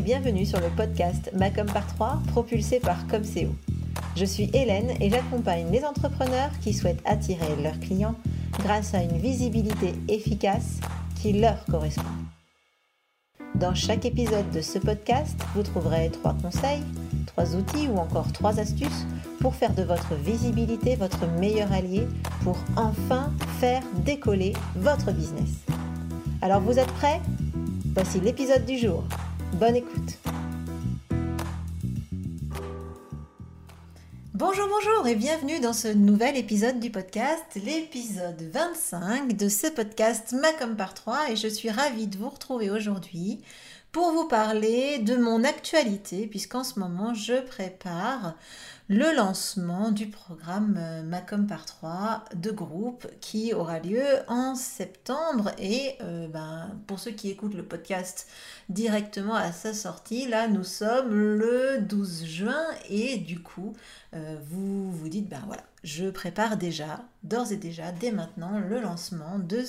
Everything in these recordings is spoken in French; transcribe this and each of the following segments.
bienvenue sur le podcast Macom par 3, propulsé par Comseo. Je suis Hélène et j'accompagne les entrepreneurs qui souhaitent attirer leurs clients grâce à une visibilité efficace qui leur correspond. Dans chaque épisode de ce podcast, vous trouverez 3 conseils, 3 outils ou encore 3 astuces pour faire de votre visibilité votre meilleur allié pour enfin faire décoller votre business. Alors vous êtes prêts ? Voici l'épisode du jour. Bonne écoute. Bonjour et bienvenue dans ce nouvel épisode du podcast, l'épisode 25 de ce podcast Macom par 3 et je suis ravie de vous retrouver aujourd'hui pour vous parler de mon actualité puisqu'en ce moment je prépare le lancement du programme Macom par 3 de groupe qui aura lieu en septembre et pour ceux qui écoutent le podcast directement à sa sortie, là nous sommes le 12 juin et du coup vous vous dites je prépare d'ores et déjà dès maintenant le lancement de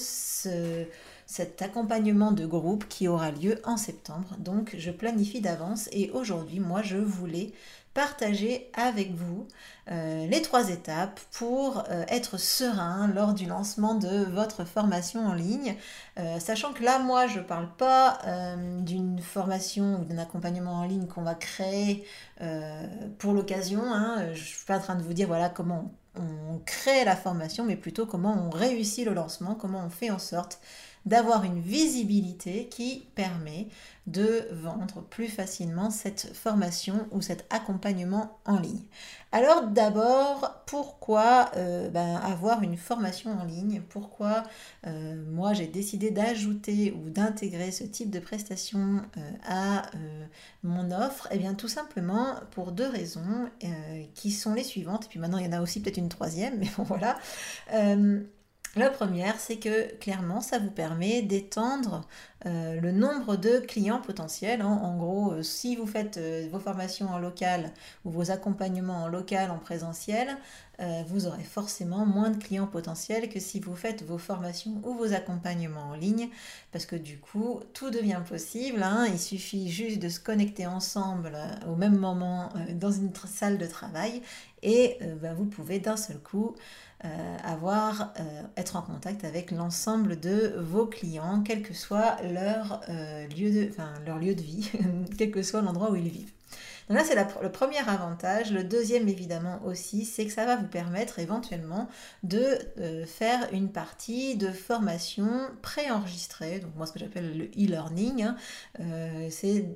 cet accompagnement de groupe qui aura lieu en septembre. Donc je planifie d'avance et aujourd'hui moi je voulais partager avec vous les 3 étapes pour être serein lors du lancement de votre formation en ligne, sachant que là moi je parle pas d'une formation ou d'un accompagnement en ligne qu'on va créer pour l'occasion, je suis pas en train de vous dire comment on crée la formation, mais plutôt comment on réussit le lancement, comment on fait en sorte d'avoir une visibilité qui permet de vendre plus facilement cette formation ou cet accompagnement en ligne. Alors d'abord, pourquoi avoir une formation en ligne ? Pourquoi moi j'ai décidé d'ajouter ou d'intégrer ce type de prestation à mon offre ? Eh bien tout simplement pour 2 raisons qui sont les suivantes. Et puis maintenant il y en a aussi peut-être une 3e, mais bon voilà. La première, c'est que clairement, ça vous permet d'étendre le nombre de clients potentiels. En gros, si vous faites vos formations en local ou vos accompagnements en local, en présentiel, vous aurez forcément moins de clients potentiels que si vous faites vos formations ou vos accompagnements en ligne, parce que du coup, tout devient possible. Il suffit juste de se connecter ensemble au même moment dans une salle de travail et vous pouvez d'un seul coup être en contact avec l'ensemble de vos clients, quel que soit leur lieu de vie, quel que soit l'endroit où ils vivent. Donc là, c'est le premier avantage. Le deuxième, évidemment, aussi, c'est que ça va vous permettre éventuellement de faire une partie de formation préenregistrée. Donc moi, ce que j'appelle le e-learning, c'est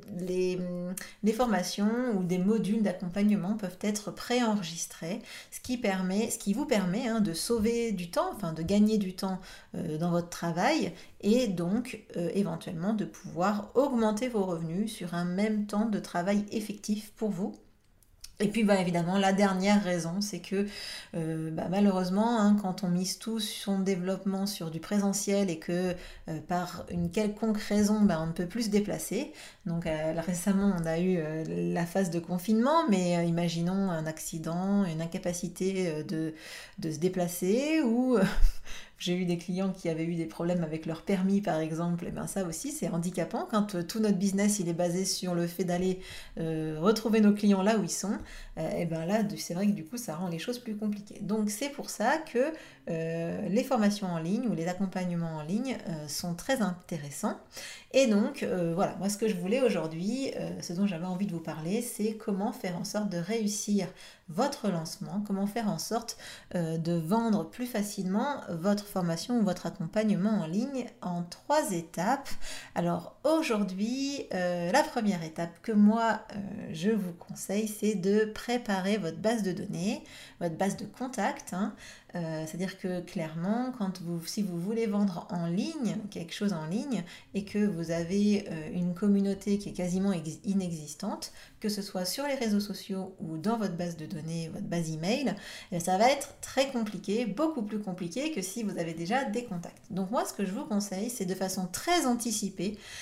les formations ou des modules d'accompagnement peuvent être préenregistrés, ce qui vous permet de sauver du temps, de gagner du temps dans votre travail et donc éventuellement de pouvoir augmenter vos revenus sur un même temps de travail effectif pour vous. Et puis évidemment la dernière raison, c'est que malheureusement quand on mise tout son développement sur du présentiel et que par une quelconque raison on ne peut plus se déplacer, donc récemment on a eu la phase de confinement, mais imaginons un accident, une incapacité de se déplacer ou j'ai eu des clients qui avaient eu des problèmes avec leur permis par exemple, et ça aussi c'est handicapant quand tout notre business il est basé sur le fait d'aller retrouver nos clients là où ils sont, là c'est vrai que du coup ça rend les choses plus compliquées. Donc c'est pour ça que les formations en ligne ou les accompagnements en ligne sont très intéressants. Et donc moi ce que je voulais aujourd'hui, ce dont j'avais envie de vous parler, c'est comment faire en sorte de réussir votre lancement, comment faire en sorte de vendre plus facilement votre formation ou votre accompagnement en ligne en 3 étapes. Alors aujourd'hui, la première étape que moi je vous conseille, c'est de préparer votre base de données, votre base de contacts. C'est-à-dire que clairement, si vous voulez vendre en ligne, quelque chose en ligne, et que vous avez une communauté qui est quasiment inexistante, que ce soit sur les réseaux sociaux ou dans votre base de données, votre base email, ça va être très compliqué, beaucoup plus compliqué que si vous avez déjà des contacts. Donc moi, ce que je vous conseille, c'est de façon très anticipée,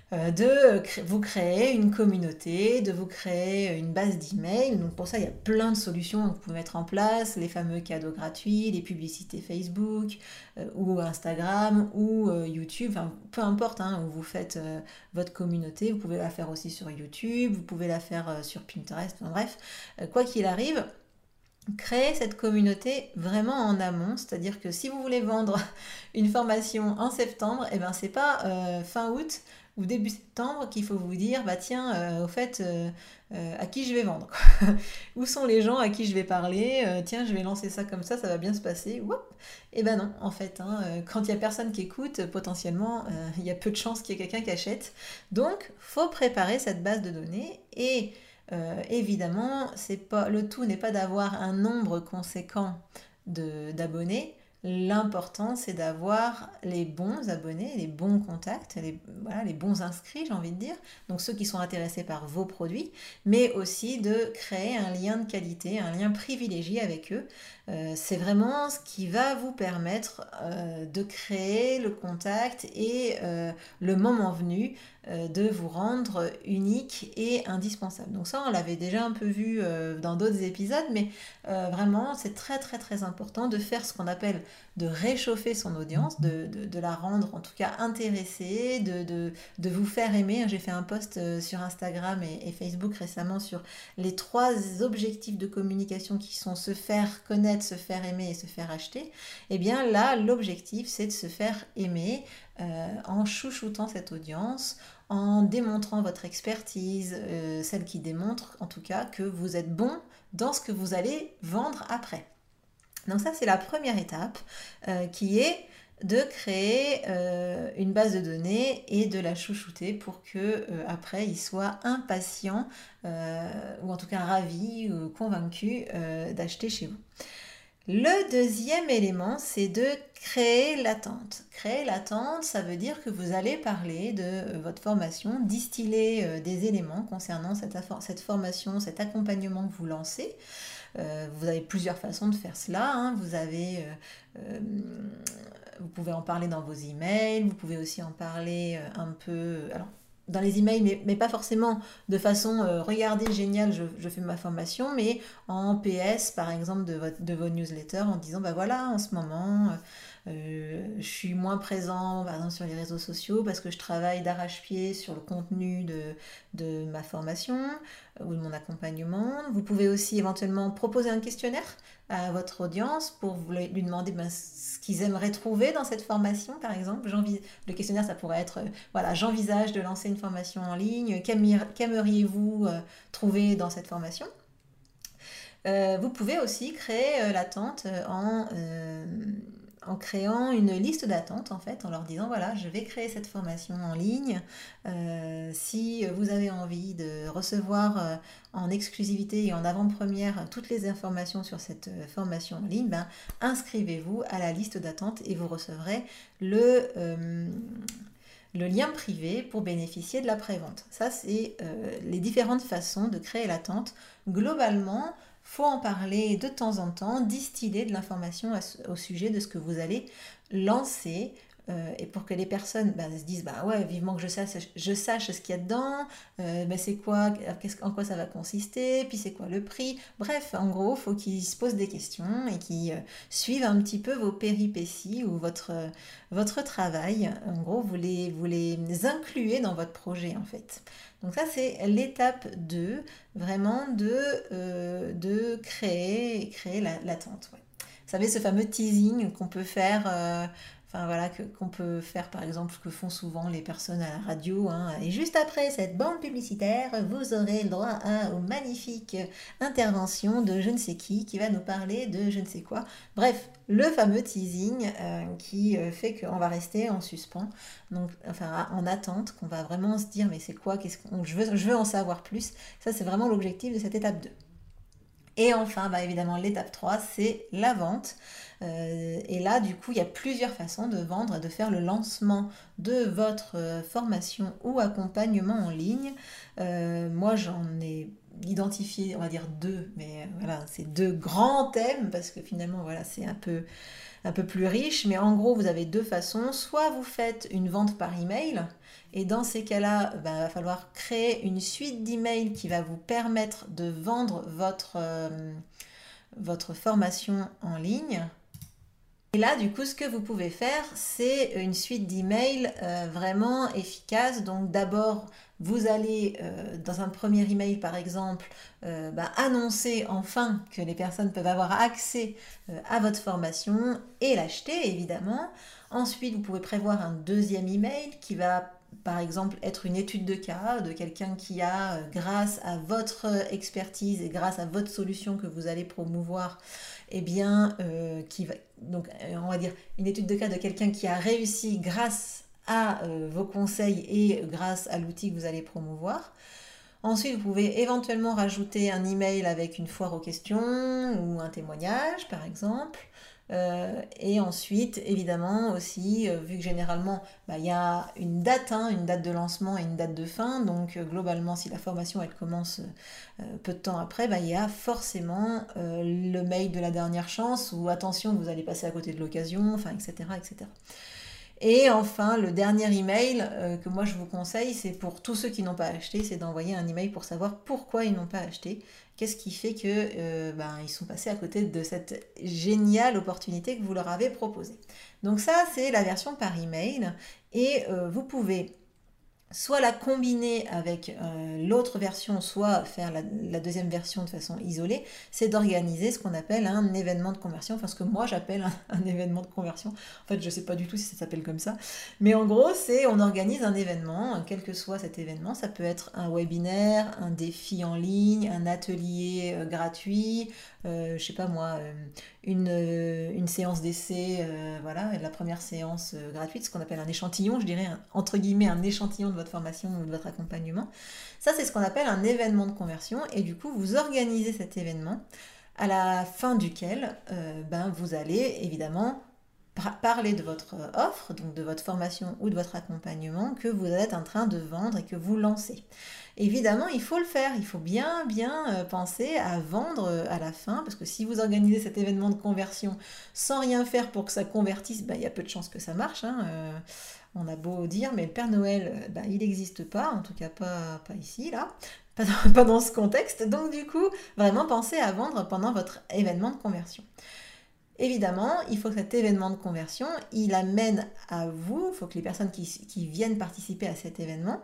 vous créer une communauté, de vous créer une base d'email. Donc pour ça, il y a plein de solutions que vous pouvez mettre en place, les fameux cadeaux gratuits, les publicités Facebook ou Instagram ou YouTube, enfin, peu importe hein, où vous faites votre communauté. Vous pouvez la faire aussi sur YouTube, vous pouvez la faire sur Pinterest, enfin, bref, quoi qu'il arrive. Créer cette communauté vraiment en amont, c'est-à-dire que si vous voulez vendre une formation en septembre, et ben c'est pas fin août ou début septembre qu'il faut vous dire bah tiens au fait à qui je vais vendre où sont les gens à qui je vais parler tiens je vais lancer ça comme ça va bien se passer. Oups. Et ben non en fait hein, quand il y a personne qui écoute potentiellement il y a peu de chances qu'il y ait quelqu'un qui achète, donc faut préparer cette base de données et évidemment, le tout n'est pas d'avoir un nombre conséquent d'abonnés. L'important, c'est d'avoir les bons abonnés, les bons contacts, voilà, les bons inscrits, j'ai envie de dire, donc ceux qui sont intéressés par vos produits, mais aussi de créer un lien de qualité, un lien privilégié avec eux. C'est vraiment ce qui va vous permettre de créer le contact et le moment venu de vous rendre unique et indispensable. Donc ça, on l'avait déjà un peu vu dans d'autres épisodes, mais vraiment, c'est très très très important de faire ce qu'on appelle de réchauffer son audience, de la rendre en tout cas intéressée, de vous faire aimer. J'ai fait un post sur Instagram et Facebook récemment sur les 3 objectifs de communication qui sont se faire connaître, se faire aimer et se faire acheter. Et bien là, l'objectif, c'est de se faire aimer en chouchoutant cette audience, en démontrant votre expertise, celle qui démontre en tout cas que vous êtes bon dans ce que vous allez vendre après. Donc ça, c'est la première étape qui est de créer une base de données et de la chouchouter pour que après il soit impatient ou en tout cas ravi ou convaincu d'acheter chez vous. Le deuxième élément, c'est de créer l'attente. Créer l'attente, ça veut dire que vous allez parler de votre formation, distiller des éléments concernant cette formation, cet accompagnement que vous lancez. Vous avez plusieurs façons de faire cela. Hein. Vous pouvez en parler dans vos emails, vous pouvez aussi en parler un peu... Alors, dans les emails, mais pas forcément de façon regardez génial, je fais ma formation, mais en PS par exemple de vos newsletters en disant bah voilà en ce moment je suis moins présent par exemple sur les réseaux sociaux parce que je travaille d'arrache-pied sur le contenu de ma formation ou de mon accompagnement. Vous pouvez aussi éventuellement proposer un questionnaire à votre audience pour lui demander ce qu'ils aimeraient trouver dans cette formation par exemple. Le questionnaire ça pourrait être voilà, j'envisage de lancer une formation en ligne, qu'aimeriez-vous trouver dans cette formation? Vous pouvez aussi créer l'attente en créant une liste d'attente en fait, en leur disant voilà je vais créer cette formation en ligne, si vous avez envie de recevoir en exclusivité et en avant-première toutes les informations sur cette formation en ligne, ben, inscrivez-vous à la liste d'attente et vous recevrez le lien privé pour bénéficier de la prévente. Ça c'est les différentes façons de créer l'attente. Globalement, faut en parler de temps en temps, distiller de l'information au sujet de ce que vous allez lancer et pour que les personnes se disent bah ouais vivement que je sache ce qu'il y a dedans, c'est quoi, en quoi ça va consister, puis c'est quoi le prix, bref en gros faut qu'ils se posent des questions et qu'ils suivent un petit peu vos péripéties ou votre travail. En gros vous les incluez dans votre projet en fait. Donc ça c'est l'étape 2, vraiment de créer l'attente. Ouais. Vous savez ce fameux teasing qu'on peut faire qu'on peut faire par exemple, ce que font souvent les personnes à la radio. Hein. Et juste après cette bande publicitaire, vous aurez le droit aux magnifiques interventions de je ne sais qui va nous parler de je ne sais quoi. Bref, le fameux teasing qui fait qu'on va rester en suspens, donc, en attente, qu'on va vraiment se dire mais c'est quoi, je veux en savoir plus. Ça c'est vraiment l'objectif de cette étape 2. Et enfin, évidemment, l'étape 3, c'est la vente. Et là, du coup, il y a plusieurs façons de vendre, de faire le lancement de votre formation ou accompagnement en ligne. Moi, j'en ai identifier, on va dire deux, mais voilà, c'est deux grands thèmes parce que finalement, voilà, c'est un peu plus riche. Mais en gros, vous avez deux façons. Soit vous faites une vente par email, et dans ces cas-là, il va falloir créer une suite d'emails qui va vous permettre de vendre votre formation en ligne. Et là, du coup, ce que vous pouvez faire, c'est une suite d'emails vraiment efficace. Donc d'abord, vous allez, dans un premier email par exemple, annoncer enfin que les personnes peuvent avoir accès à votre formation et l'acheter, évidemment. Ensuite, vous pouvez prévoir un deuxième email qui va, par exemple, être une étude de cas de quelqu'un qui a, grâce à votre expertise et grâce à votre solution que vous allez promouvoir, eh bien, donc, on va dire une étude de cas de quelqu'un qui a réussi grâce à vos conseils et grâce à l'outil que vous allez promouvoir. Ensuite, vous pouvez éventuellement rajouter un email avec une foire aux questions ou un témoignage, par exemple. Et ensuite, évidemment, aussi, vu que généralement, il y a une date de lancement et une date de fin. Donc, globalement, si la formation, elle commence peu de temps après, il y a forcément le mail de la dernière chance ou attention, vous allez passer à côté de l'occasion, enfin, etc., etc. Et enfin, le dernier email que moi je vous conseille, c'est pour tous ceux qui n'ont pas acheté, c'est d'envoyer un email pour savoir pourquoi ils n'ont pas acheté. Qu'est-ce qui fait que ils sont passés à côté de cette géniale opportunité que vous leur avez proposée. Donc ça, c'est la version par email. Et vous pouvez soit la combiner avec l'autre version, soit faire la deuxième version de façon isolée, c'est d'organiser ce qu'on appelle un événement de conversion, enfin ce que moi j'appelle un événement de conversion. En fait, je ne sais pas du tout si ça s'appelle comme ça, mais en gros, c'est on organise un événement, quel que soit cet événement, ça peut être un webinaire, un défi en ligne, un atelier gratuit, je sais pas moi, une séance d'essai, voilà, la première séance gratuite, ce qu'on appelle un échantillon, je dirais entre guillemets un échantillon de votre formation ou de votre accompagnement. Ça, c'est ce qu'on appelle un événement de conversion et du coup, vous organisez cet événement à la fin duquel vous allez évidemment parler de votre offre, donc de votre formation ou de votre accompagnement que vous êtes en train de vendre et que vous lancez. Évidemment, il faut le faire, il faut bien penser à vendre à la fin, parce que si vous organisez cet événement de conversion sans rien faire pour que ça convertisse, il y a peu de chances que ça marche. On a beau dire, mais le Père Noël, il n'existe pas, en tout cas pas ici, là, pas dans ce contexte. Donc du coup, vraiment pensez à vendre pendant votre événement de conversion. Évidemment, il faut que cet événement de conversion, il amène à vous, il faut que les personnes qui viennent participer à cet événement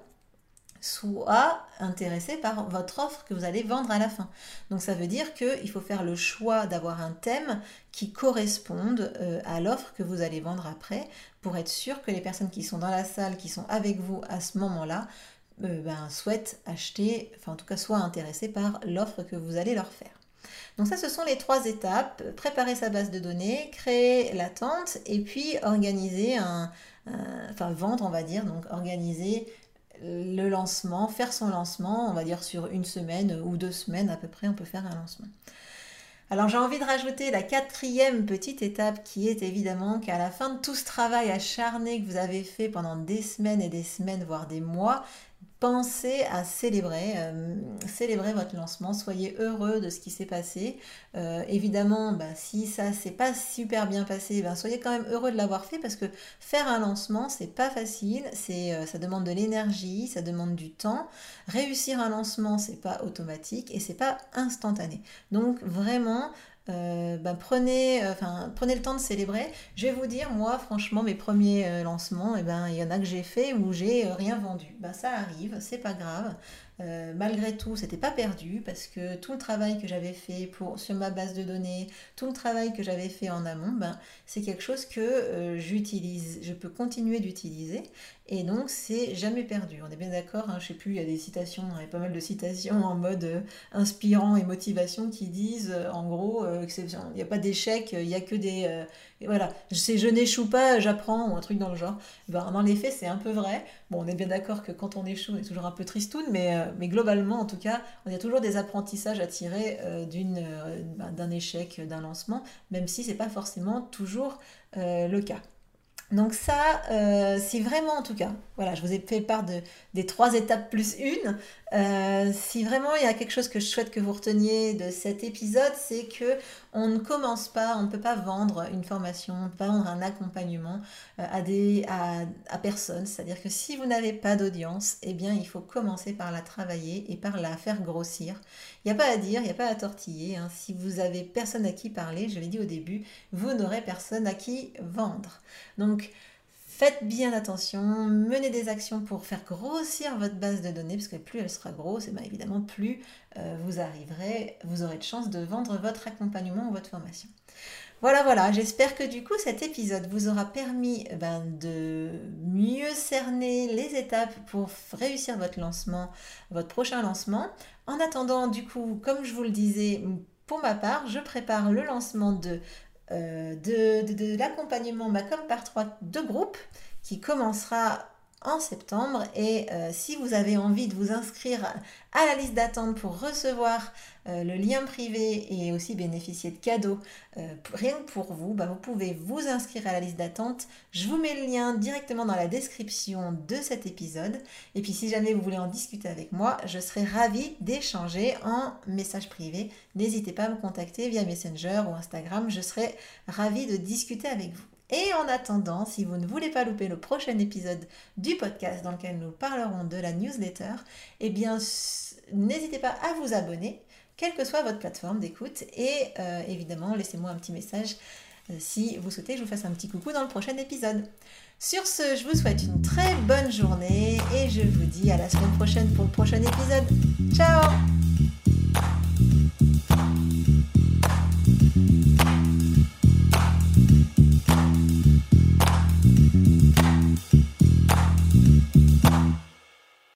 soient intéressées par votre offre que vous allez vendre à la fin. Donc ça veut dire qu'il faut faire le choix d'avoir un thème qui corresponde à l'offre que vous allez vendre après pour être sûr que les personnes qui sont dans la salle, qui sont avec vous à ce moment-là, souhaitent acheter, enfin en tout cas soient intéressées par l'offre que vous allez leur faire. Donc ça, ce sont les 3 étapes. Préparer sa base de données, créer l'attente et puis organiser vendre, on va dire, donc organiser le lancement, faire son lancement, on va dire sur 1 semaine ou 2 semaines à peu près, on peut faire un lancement. Alors j'ai envie de rajouter la 4e petite étape qui est évidemment qu'à la fin de tout ce travail acharné que vous avez fait pendant des semaines et des semaines, voire des mois, pensez à célébrer votre lancement, soyez heureux de ce qui s'est passé. Évidemment, si ça s'est pas super bien passé, soyez quand même heureux de l'avoir fait parce que faire un lancement, c'est pas facile, ça demande de l'énergie, ça demande du temps. Réussir un lancement, c'est pas automatique et c'est pas instantané. Donc vraiment, prenez le temps de célébrer. Je vais vous dire, moi, franchement, mes premiers lancements, il y en a que j'ai fait où j'ai rien vendu. Ça arrive, c'est pas grave. Malgré tout, c'était pas perdu parce que tout le travail que j'avais fait sur ma base de données, tout le travail que j'avais fait en amont, c'est quelque chose que je peux continuer d'utiliser et donc c'est jamais perdu. On est bien d'accord, je sais plus, il y a des citations, il y a pas mal de citations en mode inspirant et motivation qui disent en gros qu'il n'y a pas d'échec, il n'y a que des... voilà, je n'échoue pas, j'apprends ou un truc dans le genre. Dans les faits, c'est un peu vrai. Bon, on est bien d'accord que quand on échoue, on est toujours un peu tristoun, mais globalement, en tout cas, il y a toujours des apprentissages à tirer d'un échec, d'un lancement, même si c'est pas forcément toujours le cas. Donc ça, si vraiment en tout cas, voilà, je vous ai fait part des 3 étapes plus une. Si vraiment il y a quelque chose que je souhaite que vous reteniez de cet épisode, c'est que on ne commence pas, on ne peut pas vendre une formation, on ne peut pas vendre un accompagnement à personne. C'est-à-dire que si vous n'avez pas d'audience, eh bien il faut commencer par la travailler et par la faire grossir. Il n'y a pas à dire, il n'y a pas à tortiller, hein. Si vous avez personne à qui parler, je l'ai dit au début, vous n'aurez personne à qui vendre. Donc, faites bien attention, menez des actions pour faire grossir votre base de données, parce que plus elle sera grosse, et bien évidemment, plus vous aurez de chances de vendre votre accompagnement ou votre formation. Voilà, voilà, j'espère que du coup cet épisode vous aura permis de mieux cerner les étapes pour réussir votre lancement, votre prochain lancement. En attendant, du coup, comme je vous le disais, pour ma part, je prépare le lancement de l'accompagnement Macom par 3 de groupe qui commencera en septembre et si vous avez envie de vous inscrire à la liste d'attente pour recevoir le lien privé et aussi bénéficier de cadeaux rien que pour vous, vous pouvez vous inscrire à la liste d'attente. Je vous mets le lien directement dans la description de cet épisode et puis si jamais vous voulez en discuter avec moi, je serai ravie d'échanger en message privé. N'hésitez pas à me contacter via Messenger ou Instagram, je serai ravie de discuter avec vous. Et en attendant, si vous ne voulez pas louper le prochain épisode du podcast dans lequel nous parlerons de la newsletter, eh bien, n'hésitez pas à vous abonner, quelle que soit votre plateforme d'écoute. Et évidemment, laissez-moi un petit message si vous souhaitez que je vous fasse un petit coucou dans le prochain épisode. Sur ce, je vous souhaite une très bonne journée et je vous dis à la semaine prochaine pour le prochain épisode. Ciao!